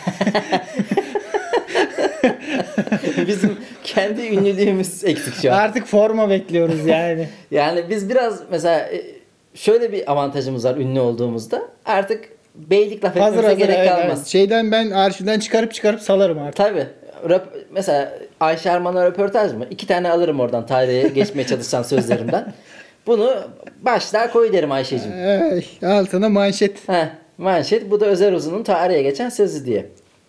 Bizim kendi ünlülüğümüz eksik şu an. Artık forma bekliyoruz yani. Yani biz biraz mesela şöyle bir avantajımız var ünlü olduğumuzda. Artık beylik laf etmemize gerek evet, kalmaz. evet. Şeyden ben arşivden çıkarıp salarım artık. Tabii. Mesela Ayşe Arman'a röportaj mı? 2 tane alırım oradan tarihe geçmeye çalışan sözlerimden. Bunu başlığa koy derim Ayşe'cim. Altına manşet. Manşet bu da Özer Uzun'un tarihe geçen sözü diye.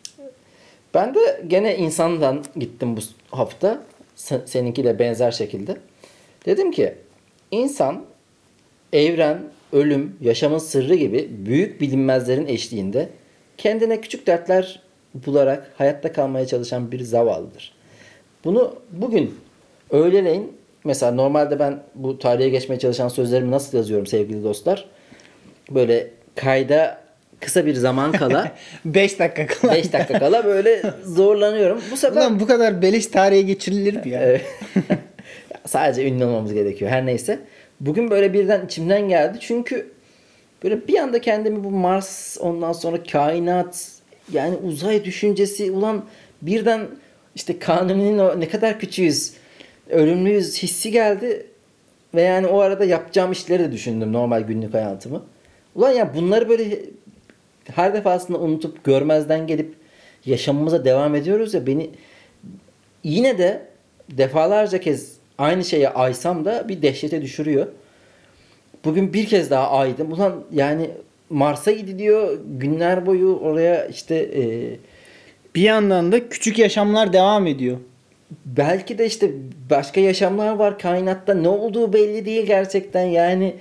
Ben de gene insandan gittim bu hafta. Seninki de benzer şekilde. Dedim ki insan, evren, ölüm, yaşamın sırrı gibi büyük bilinmezlerin eşliğinde kendine küçük dertler bularak hayatta kalmaya çalışan bir zavallıdır. Bunu bugün öğleleyin mesela normalde ben bu tarihe geçmeye çalışan sözlerimi nasıl yazıyorum sevgili dostlar? Böyle kayda kısa bir zaman kala 5 dakika kala. 5 dakika kala böyle zorlanıyorum. Bu sefer Ulan bu kadar beleş tarihe geçirilir mi ya? sadece ünlü olmamız gerekiyor. Her neyse. Bugün böyle birden içimden geldi. Çünkü böyle bir anda kendimi bu Mars, ondan sonra kainat, yani uzay düşüncesi, ulan birden işte Kanuni'nin o ne kadar küçüğüz, ölümlüyüz hissi geldi. Ve yani o arada yapacağım işleri de düşündüm, normal günlük hayatımı. Ulan ya bunları böyle her defasında unutup görmezden gelip yaşamımıza devam ediyoruz ya, beni yine de defalarca kez aynı şeye aysam da bir dehşete düşürüyor. Bugün bir kez daha aydım. Ulan yani Mars'a gidiliyor günler boyu oraya işte Bir yandan da küçük yaşamlar devam ediyor. belki de işte başka yaşamlar var kainatta, ne olduğu belli değil gerçekten yani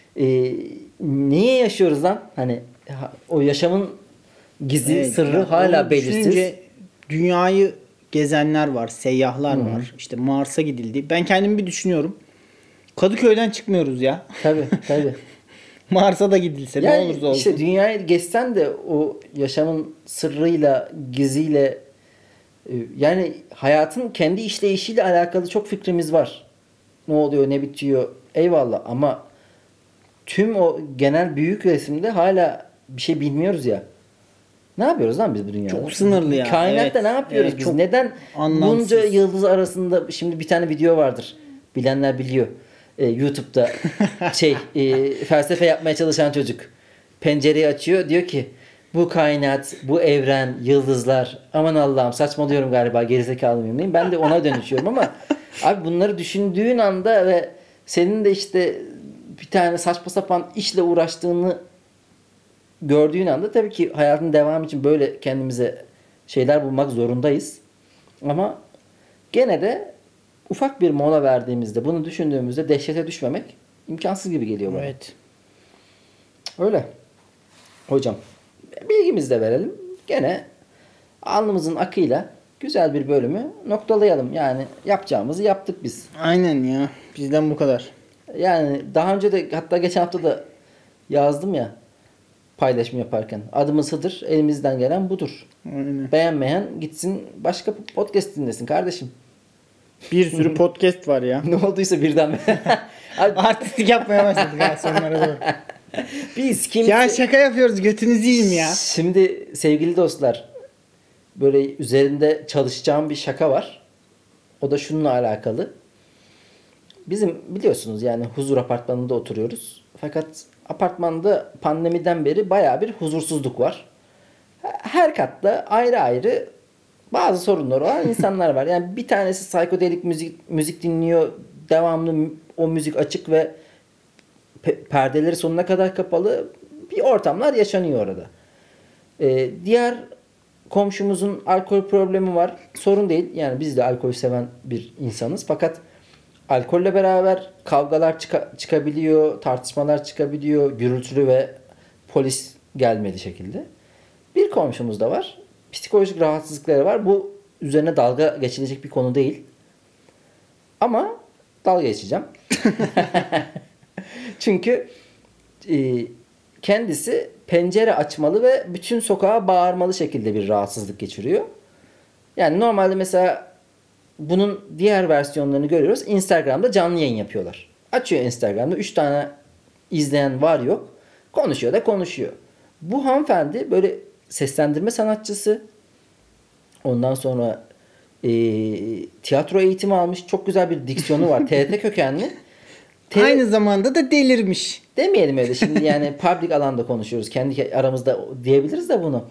niye yaşıyoruz lan? Hani o yaşamın gizli Evet, sırrı ya hala onu belirsiz. düşününce dünyayı gezenler var, seyyahlar var. İşte Mars'a gidildi. Ben kendimi bir düşünüyorum. Kadıköy'den çıkmıyoruz ya. Tabii tabii. Mars'a da gidilse ne Yani olursa olsun. işte dünyayı gezsen de o yaşamın sırrıyla, giziyle, yani hayatın kendi işleyişiyle alakalı çok fikrimiz var. Ne oluyor, ne bitiyor, eyvallah, ama tüm o genel büyük resimde hala bir şey bilmiyoruz ya. Ne yapıyoruz lan biz bu dünyada? Çok sınırlı ya. Kainatta Evet. ne yapıyoruz Evet, biz? çok Neden anlamsız. bunca yıldız arasında şimdi bir tane video vardır. Bilenler biliyor. YouTube'da felsefe yapmaya çalışan çocuk. Pencereyi açıyor. Diyor ki bu kainat, bu evren, yıldızlar. Aman Allah'ım saçmalıyorum galiba. Gerizekalı mıyım diyeyim. Ben de ona dönüşüyorum ama abi bunları düşündüğün anda ve senin de işte bir tane saçma sapan işle uğraştığını gördüğün anda tabii ki hayatın devamı için böyle kendimize şeyler bulmak zorundayız. Ama gene de ufak bir mola verdiğimizde, bunu düşündüğümüzde dehşete düşmemek imkansız gibi geliyor bana. Evet. Öyle. Hocam bilgimizi de verelim. Gene alnımızın akıyla güzel bir bölümü noktalayalım. Yani yapacağımızı yaptık biz. Aynen ya. Bizden bu kadar. Yani daha önce de hatta geçen hafta da yazdım ya paylaşım yaparken. Adımız Hıdır, elimizden gelen budur. Aynen. Beğenmeyen gitsin başka podcast dinlesin kardeşim. Bir sürü podcast var ya. Ne olduysa birden. Abi, Artistik yapmaya başladık ha sonlara doğru. biz kimse... Ya şaka yapıyoruz, götünüzü yiyeyim ya. Şimdi sevgili dostlar böyle üzerinde çalışacağım bir şaka var. O da şununla alakalı. Bizim biliyorsunuz yani huzur apartmanında oturuyoruz. Fakat apartmanda pandemiden beri baya bir huzursuzluk var. Her katta ayrı ayrı bazı sorunları olan insanlar var. Yani bir tanesi psikodelik müzik dinliyor. Devamlı o müzik açık ve perdeleri sonuna kadar kapalı bir ortamlar yaşanıyor orada. Diğer komşumuzun alkol problemi var. Sorun değil. Yani biz de alkol seven bir insanız. Fakat alkolle beraber kavgalar çıkabiliyor, tartışmalar çıkabiliyor, gürültülü ve polis gelmedi şekilde. Bir komşumuz da var. Psikolojik rahatsızlıkları var. Bu üzerine dalga geçilecek bir konu değil. Ama dalga geçeceğim. Çünkü kendisi pencere açmalı ve bütün sokağa bağırmalı şekilde bir rahatsızlık geçiriyor. Yani normalde mesela bunun diğer versiyonlarını görüyoruz. Instagram'da canlı yayın yapıyorlar. Açıyor Instagram'da 3 tane izleyen var yok. Konuşuyor da konuşuyor. Bu hanımefendi böyle seslendirme sanatçısı. Ondan sonra tiyatro eğitimi almış. Çok güzel bir diksiyonu var. TRT kökenli. Aynı zamanda da delirmiş. Demeyelim öyle şimdi yani public alanda konuşuyoruz. Kendi aramızda diyebiliriz de bunu.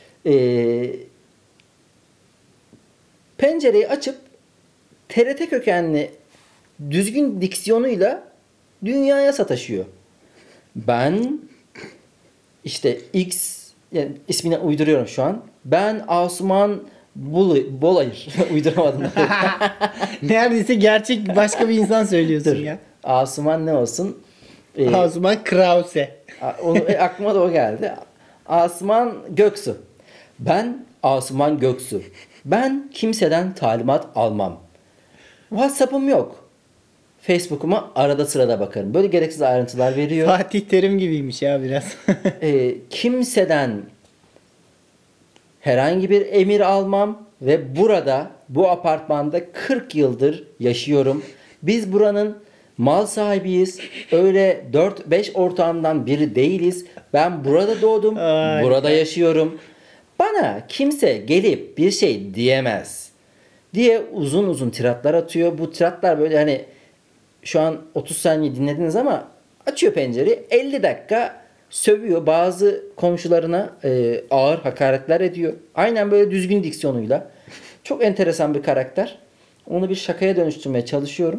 Pencereyi açıp TRT kökenli düzgün diksiyonuyla dünyaya sataşıyor. Ben işte X yani ismini uyduruyorum şu an. Ben Asuman Bolayır. Uyduramadım. Neredeyse gerçek başka bir insan söylüyorsun ya. Asuman ne olsun? Asuman Krause. Aklıma da o geldi. Asuman Göksu. Ben Asuman Göksu. Ben kimseden talimat almam. WhatsApp'ım yok. Facebook'uma arada sırada bakarım. Böyle gereksiz ayrıntılar veriyor. Fatih Terim gibiymiş ya biraz. Kimseden herhangi bir emir almam ve burada bu apartmanda 40 yıldır yaşıyorum. Biz buranın mal sahibiyiz. Öyle 4-5 ortağımdan biri değiliz. Ben burada doğdum. Burada yaşıyorum. Bana kimse gelip bir şey diyemez diye uzun uzun tiratlar atıyor. Bu tiratlar böyle hani şu an 30 saniye dinlediniz ama açıyor pencereyi 50 dakika sövüyor. Bazı komşularına ağır hakaretler ediyor. Aynen böyle düzgün diksiyonuyla. Çok enteresan bir karakter. Onu bir şakaya dönüştürmeye çalışıyorum.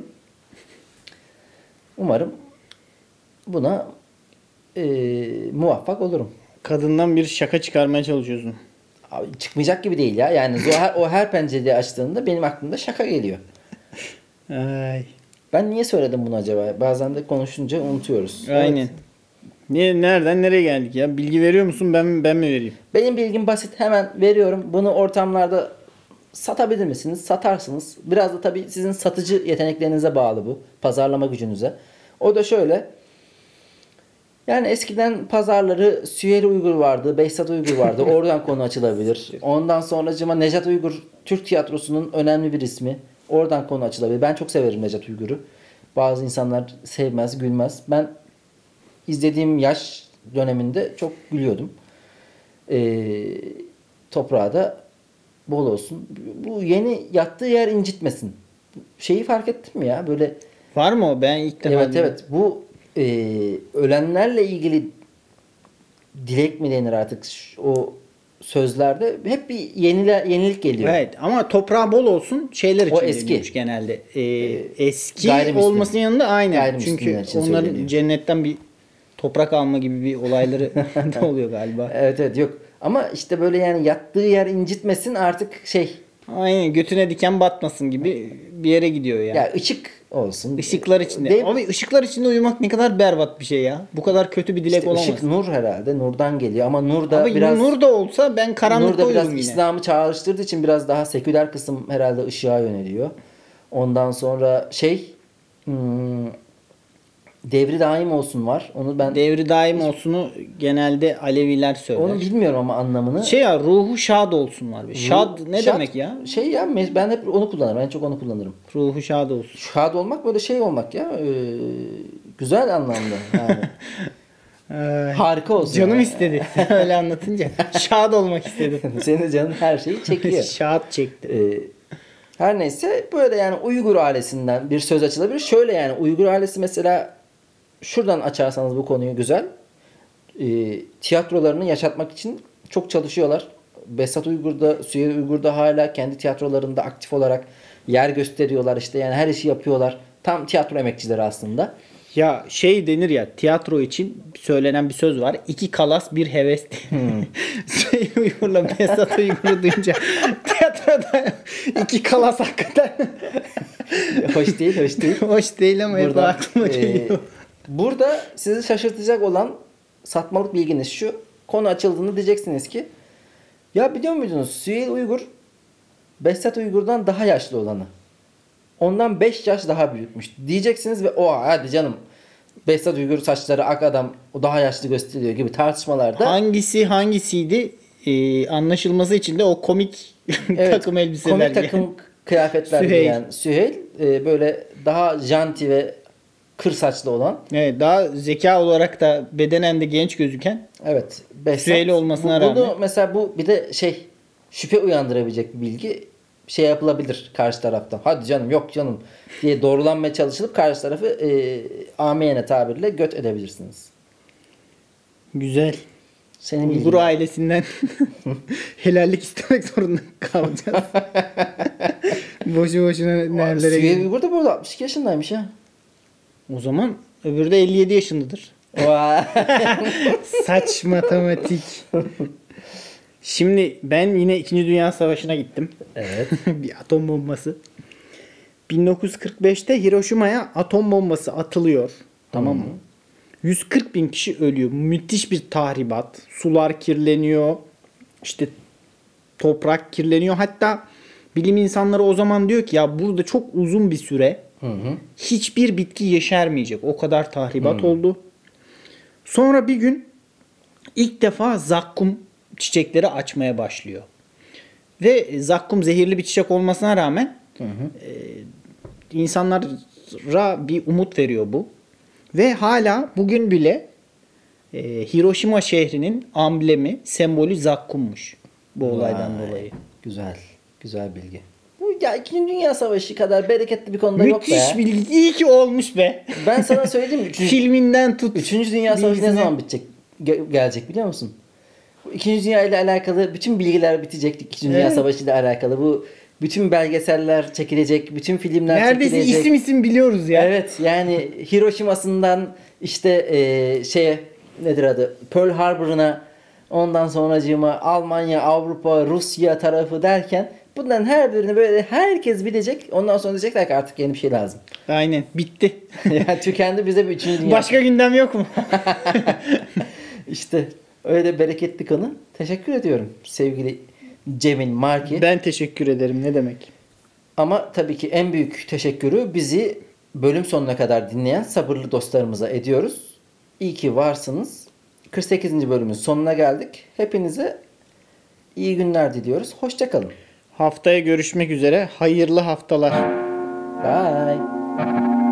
Umarım buna muvaffak olurum. Kadından bir şaka çıkarmaya çalışıyorsun. Abi, çıkmayacak gibi değil ya. Yani o her pencereyi açtığında benim aklımda şaka geliyor. Ay. Ben niye söyledim bunu acaba? Bazen de konuşunca unutuyoruz. Aynen. Evet. Niye, nereden nereye geldik ya? Bilgi veriyor musun? Ben mi vereyim? Benim bilgim basit. Hemen veriyorum. Bunu ortamlarda satabilir misiniz? Satarsınız. Biraz da tabii sizin satıcı yeteneklerinize bağlı bu. Pazarlama gücünüze. O da şöyle. Yani eskiden pazarları Süheyl Uygur vardı, Behzat Uygur vardı. Oradan konu açılabilir. Ondan sonracıma Nejat Uygur Türk tiyatrosunun önemli bir ismi. Oradan konu açılabilir. Ben çok severim Nejat Uygur'u. Bazı insanlar sevmez, gülmez. Ben izlediğim yaş döneminde çok gülüyordum. Toprağı da bol olsun. Bu yeni yattığı yer incitmesin. Şeyi fark ettin mi ya? Böyle Var mı o? Ben ilk defa evet duydum. evet. Bu ölenlerle ilgili dilek mi denir artık o sözlerde hep bir yenilik geliyor. Evet ama toprağı bol olsun şeyler için O eski. deniyormuş genelde. Eski Gayrimüslim. olmasının yanında aynen. Gayrimüslimler Çünkü için onların söyleniyor. cennetten bir toprak alma gibi bir olayları da oluyor galiba. Evet evet yok. Ama işte böyle yani yattığı yer incitmesin artık şey. Aynen götüne diken batmasın gibi bir yere gidiyor ya. Ya ışık olsun. Işıklar içinde. Değil mi? Abi ışıklar içinde uyumak ne kadar berbat bir şey ya. Bu kadar kötü bir dilek İşte olamaz. ışık nur herhalde. Nurdan geliyor ama nur da Abi biraz nur da olsa ben karanlıkta nur da biraz uyurum yine. İslam'ı çağrıştırdığı için biraz daha seküler kısım herhalde ışığa yöneliyor. Ondan sonra devri daim olsun var. Onu ben Devri daim olsunu genelde Aleviler söyler. onu bilmiyorum ama anlamını. Şey ya ruhu şad olsun var. Şad ne Şad- demek ya? Şey ya ben hep onu kullanırım. En çok onu kullanırım. Ruhu şad olsun. Şad olmak böyle şey olmak ya. Güzel anlamda yani. Harika olsun. Canım yani. istedi. Öyle anlatınca. Şad olmak istedim. Senin canın her şeyi çekiyor. Şad çekti. Her neyse böyle yani Uygur ailesinden bir söz açılabilir. Şöyle yani Uygur ailesi mesela şuradan açarsanız bu konuyu güzel. Tiyatrolarını yaşatmak için çok çalışıyorlar. Behzat Uygur'da, Süheyl Uygur'da hala kendi tiyatrolarında aktif olarak yer gösteriyorlar işte yani her işi yapıyorlar. Tam tiyatro emekçileri aslında. Ya şey denir ya tiyatro için söylenen bir söz var. İki kalas bir heves. Süheyl Uygur'la Behzat Uygur'u duyunca tiyatroda iki kalas hakikaten Hoş değil, hoş değil. hoş değil ama hep Burada, aklıma geliyor. burada sizi şaşırtacak olan satmalık bilginiz şu. Konu açıldığında diyeceksiniz ki ya biliyor muydunuz Süheyl Uygur Behzat Uygur'dan daha yaşlı olanı. Ondan 5 yaş daha büyükmüş. Diyeceksiniz ve o hadi canım Behzat Uygur saçları ak adam o daha yaşlı gösteriyor gibi tartışmalarda. Hangisi hangisiydi? Anlaşılması için de o komik Evet, takım elbiseler. komik giyen. takım kıyafetler Süheyl. giyen Süheyl böyle daha janti ve kır saçlı olan. Evet, daha zeka olarak da bedenen de genç gözüken. Evet. Behzat. Süheyl olmasına Bunu rağmen. mesela bu bir de şey şüphe uyandırabilecek bir bilgi şey yapılabilir karşı taraftan. Hadi canım yok canım diye doğrulanmaya çalışılıp karşı tarafı amiyane tabirle göt edebilirsiniz. Güzel. Senin Uygur bilgin. ailesinden helallik istemek zorunda kalacağız. Boşu boşuna nerelere Süheyl gidiyor. Uygur da bu arada 62 yaşındaymış ha. O zaman öbürü de 57 yaşındadır. Vay. Saç matematik. Şimdi ben yine 2. Dünya Savaşı'na gittim. Evet. Bir atom bombası. 1945'te Hiroşima'ya atom bombası atılıyor. Tamam mı? 140 bin kişi ölüyor. Müthiş bir tahribat. Sular kirleniyor. İşte toprak kirleniyor. Hatta bilim insanları o zaman diyor ki ya burada çok uzun bir süre hiçbir bitki yeşermeyecek. O kadar tahribat oldu. Sonra bir gün ilk defa zakkum çiçekleri açmaya başlıyor. Ve zakkum zehirli bir çiçek olmasına rağmen insanlara bir umut veriyor bu. Ve hala bugün bile Hiroşima şehrinin amblemi, sembolü zakkummuş bu olaydan Vay. dolayı. Güzel. Güzel bilgi. Bu ya 2. Dünya Savaşı kadar bereketli bir konuda yok be. Müthiş bilgi. İyi ki olmuş be. Ben sana söyleyeyim mi? Filminden tut. 3. Dünya Savaşı ne bilgisine. zaman bitecek? Gelecek biliyor musun? Bu 2. Dünya ile alakalı bütün bilgiler bitecek. 2. Dünya Evet. Savaşı ile alakalı. Bu bütün belgeseller çekilecek. Bütün filmler Neredeyse çekilecek. isim biliyoruz ya. Evet yani Hiroşima'sından işte şeye nedir adı? Pearl Harbor'ına ondan sonracığıma Almanya, Avrupa, Rusya tarafı derken bunların her birini böyle herkes bilecek. Ondan sonra diyecekler ki artık yeni bir şey lazım. Aynen. Bitti. Yani tükendi bize bir 3. Dünya. Başka gündem yok mu? İşte öyle bereketli konu. Teşekkür ediyorum sevgili Cemil Marki. Ben teşekkür ederim. Ne demek? Ama tabii ki en büyük teşekkürü bizi bölüm sonuna kadar dinleyen sabırlı dostlarımıza ediyoruz. İyi ki varsınız. 48. bölümün sonuna geldik. Hepinize iyi günler diliyoruz. Hoşça kalın. Haftaya görüşmek üzere. Hayırlı haftalar. Bye.